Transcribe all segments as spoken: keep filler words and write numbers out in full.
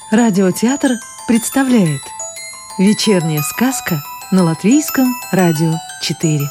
Радиотеатр представляет «Вечерняя сказка» на Латвийском радио четыре.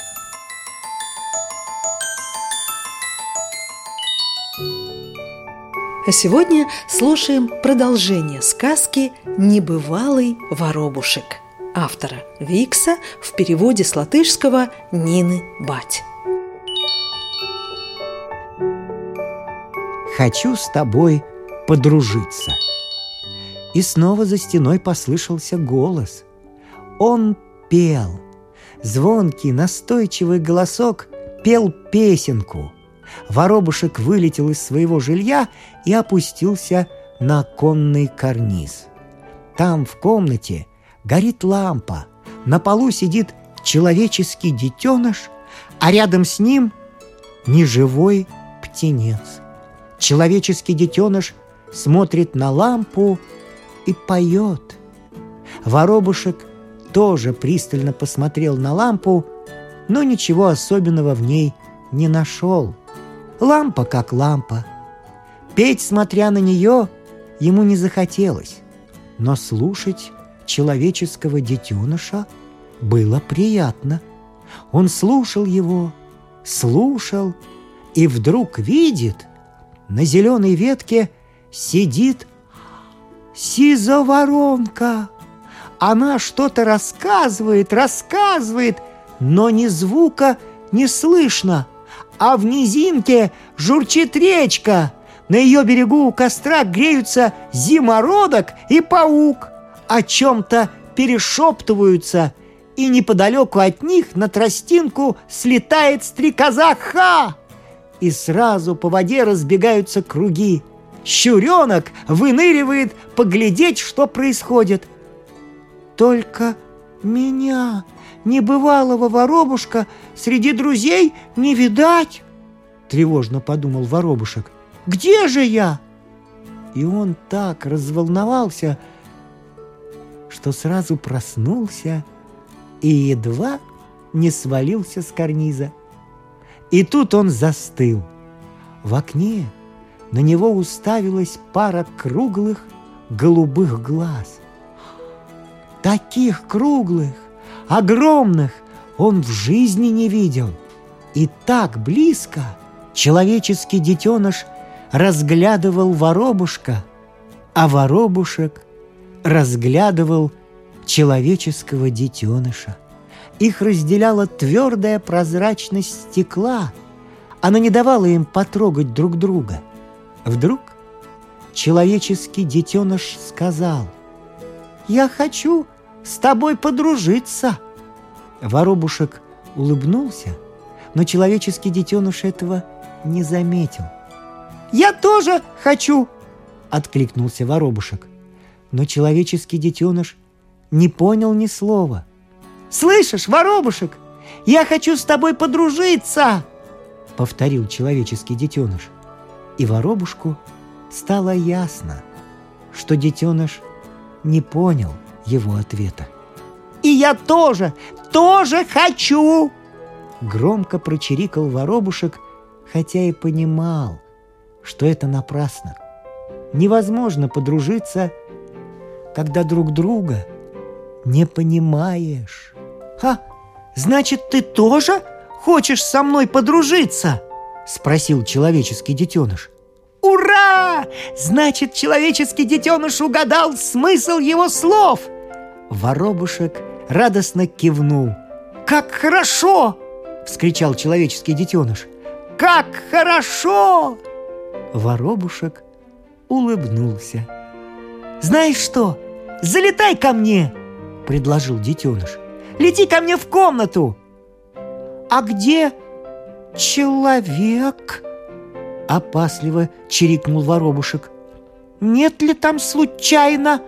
А сегодня слушаем продолжение сказки «Небывалый воробушек» автора Викса в переводе с латышского Нины Бать. «Хочу с тобой подружиться». И снова за стеной послышался голос. Он пел. Звонкий, настойчивый голосок пел песенку. Воробушек вылетел из своего жилья и опустился на оконный карниз. Там, в комнате, горит лампа. На полу сидит человеческий детеныш, а рядом с ним неживой птенец. Человеческий детеныш смотрит на лампу и поет. Воробушек тоже пристально посмотрел на лампу, но ничего особенного в ней не нашел. Лампа как лампа. Петь, смотря на нее, ему не захотелось, но слушать человеческого детеныша было приятно. Он слушал его, слушал, и вдруг видит, на зеленой ветке сидит сизоворонка. Она что-то рассказывает, рассказывает, но ни звука не слышно, а в низинке журчит речка. На ее берегу у костра греются зимородок и паук, о чем-то перешептываются, и неподалеку от них на тростинку слетает стрекоза Ха, и сразу по воде разбегаются круги. Щуренок выныривает поглядеть, что происходит. Только меня, небывалого воробушка, среди друзей не видать, тревожно подумал воробушек. Где же я? И он так разволновался, что сразу проснулся и едва не свалился с карниза. И тут он застыл. В окне на него уставилась пара круглых голубых глаз. Таких круглых, огромных он в жизни не видел. И так близко человеческий детеныш разглядывал воробушка, а воробушек разглядывал человеческого детеныша. Их разделяла твердая прозрачность стекла. Она не давала им потрогать друг друга. Вдруг человеческий детеныш сказал: «Я хочу с тобой подружиться». Воробушек улыбнулся, но человеческий детеныш этого не заметил. «Я тоже хочу!» — откликнулся воробушек. Но человеческий детеныш не понял ни слова. «Слышишь, воробушек, я хочу с тобой подружиться!» — повторил человеческий детеныш. И воробушку стало ясно, что детеныш не понял его ответа. «И я тоже, тоже хочу!» Громко прочирикал воробушек, хотя и понимал, что это напрасно. Невозможно подружиться, когда друг друга не понимаешь. «Ха, значит, ты тоже хочешь со мной подружиться?» — спросил человеческий детеныш. «Ура! Значит, человеческий детеныш угадал смысл его слов!» Воробушек радостно кивнул. «Как хорошо!» — вскричал человеческий детеныш. «Как хорошо!» Воробушек улыбнулся. «Знаешь что? Залетай ко мне!» — предложил детеныш. «Лети ко мне в комнату!» «А где человек?» — опасливо чирикнул воробушек. «Нет ли там случайно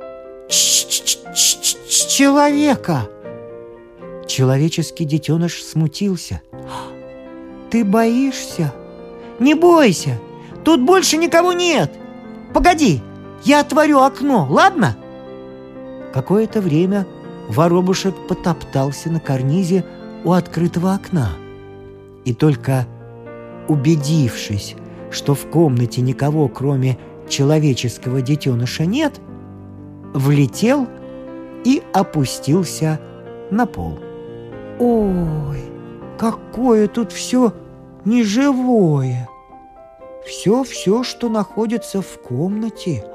человека?» Человеческий детеныш смутился. «Ты боишься? Не бойся, тут больше никого нет. Погоди, я отворю окно, ладно?» Какое-то время воробушек потоптался на карнизе у открытого окна. И только убедившись, что в комнате никого, кроме человеческого детеныша нет, влетел и опустился на пол. Ой, какое тут все неживое! Все-все, что находится в комнате.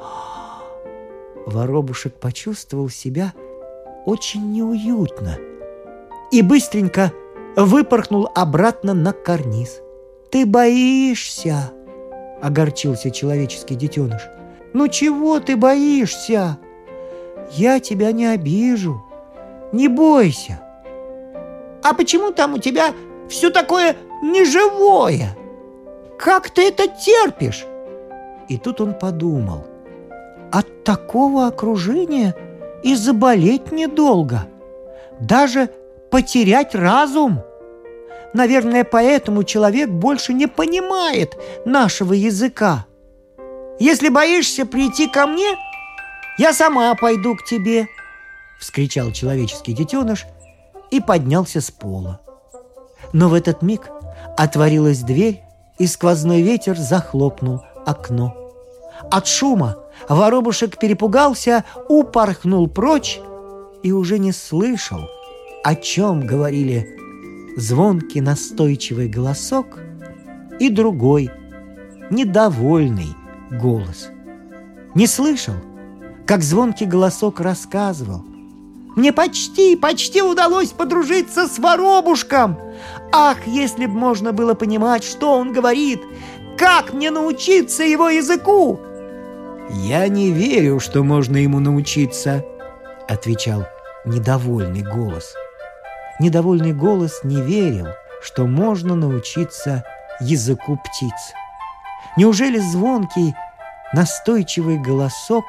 Воробушек почувствовал себя очень неуютно и быстренько выпорхнул обратно на карниз. «Ты боишься?» – огорчился человеческий детеныш. «Ну чего ты боишься? Я тебя не обижу. Не бойся». «А почему там у тебя все такое неживое? Как ты это терпишь?» И тут он подумал: от такого окружения и заболеть недолго, даже потерять разум. Наверное, поэтому человек больше не понимает нашего языка. Если боишься прийти ко мне, я сама пойду к тебе, — вскричал человеческий детеныш и поднялся с пола. Но в этот миг отворилась дверь, и сквозной ветер захлопнул окно. От шума воробушек перепугался, упорхнул прочь и уже не слышал, о чем говорили звонкий настойчивый голосок и другой, недовольный голос. Не слышал, как звонкий голосок рассказывал: «Мне почти, почти удалось подружиться с воробушком. Ах, если б можно было понимать, что он говорит! Как мне научиться его языку?» «Я не верю, что можно ему научиться», — отвечал недовольный голос. Недовольный голос не верил, что можно научиться языку птиц. Неужели звонкий, настойчивый голосок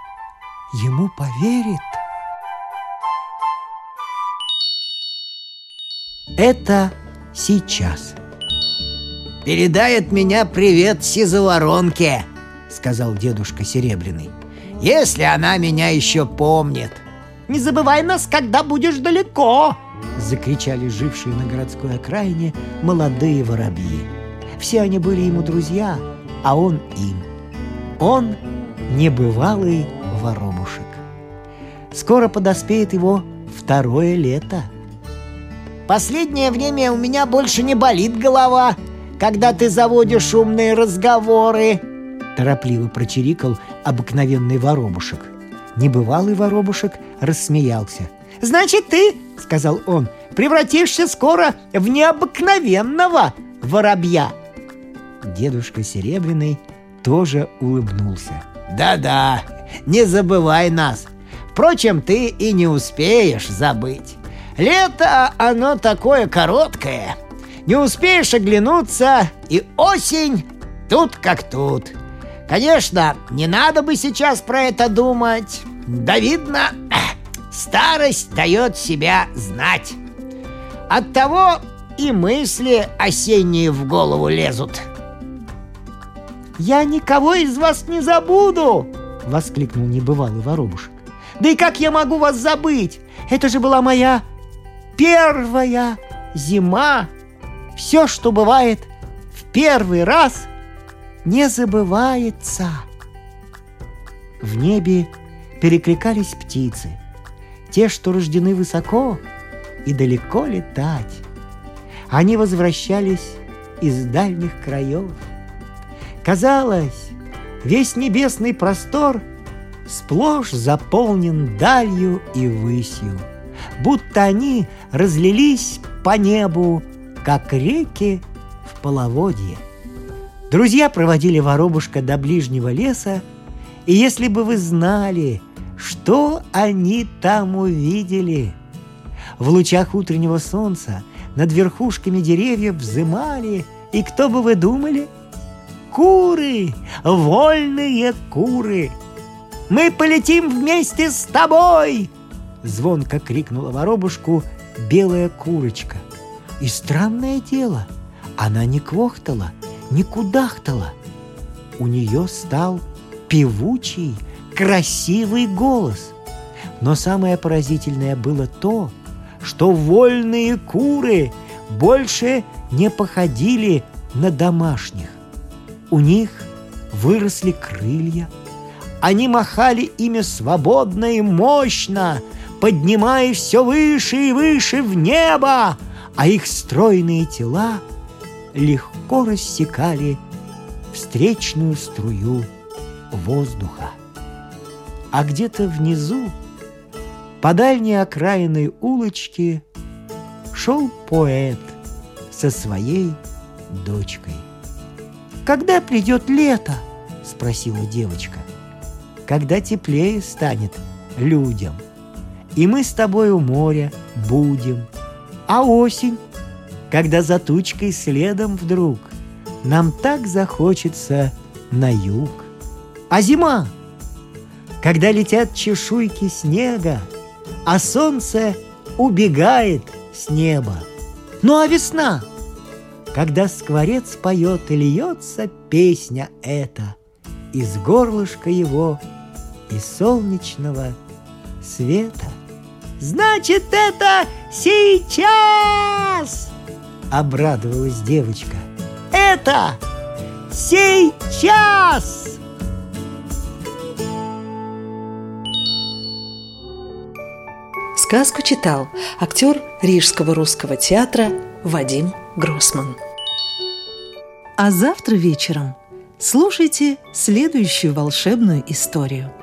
ему поверит? Это сейчас. «Передай от меня привет сизоворонке», — сказал дедушка Серебряный, — «если она меня еще помнит». «Не забывай нас, когда будешь далеко!» — закричали жившие на городской окраине молодые воробьи. Все они были ему друзья, а он им. Он небывалый воробушек. Скоро подоспеет его второе лето. «Последнее время у меня больше не болит голова, когда ты заводишь умные разговоры», — торопливо прочирикал обыкновенный воробушек. Небывалый воробушек рассмеялся. «Значит, ты, — сказал он, — превратишься скоро в необыкновенного воробья». Дедушка Серебряный тоже улыбнулся. «Да-да, не забывай нас. Впрочем, ты и не успеешь забыть. Лето, оно такое короткое. Не успеешь оглянуться, и осень тут как тут. Конечно, не надо бы сейчас про это думать. Да видно, старость дает себя знать. Оттого и мысли осенние в голову лезут». «Я никого из вас не забуду!» — воскликнул небывалый воробушек. «Да и как я могу вас забыть? Это же была моя первая зима. Все, что бывает в первый раз, не забывается». В небе перекликались птицы, те, что рождены высоко и далеко летать. Они возвращались из дальних краев. Казалось, весь небесный простор сплошь заполнен далью и высью, будто они разлились по небу, как реки в половодье. Друзья проводили воробушка до ближнего леса, и если бы вы знали, что они там увидели! В лучах утреннего солнца над верхушками деревьев взымали, и кто бы вы думали? Куры! Вольные куры! «Мы полетим вместе с тобой!» Звонко крикнула воробушку белая курочка. И странное дело, она не квохтала, не кудахтала. У нее стал певучий, красивый голос. Но самое поразительное было то, что вольные куры больше не походили на домашних. У них выросли крылья. Они махали ими свободно и мощно, поднимаясь все выше и выше в небо, а их стройные тела легко рассекали встречную струю воздуха. А где-то внизу, по дальней окраинной улочке, шел поэт со своей дочкой. «Когда придет лето?» — спросила девочка. «Когда теплее станет людям, и мы с тобой у моря будем. А осень, когда за тучкой следом вдруг нам так захочется на юг. А зима, когда летят чешуйки снега, а солнце убегает с неба. Ну а весна, когда скворец поет и льется песня эта из горлышка его и солнечного света». «Значит, это сейчас!» — обрадовалась девочка. «Это сейчас!» Сказку читал актер Рижского русского театра Вадим Гроссман. А завтра вечером слушайте следующую волшебную историю.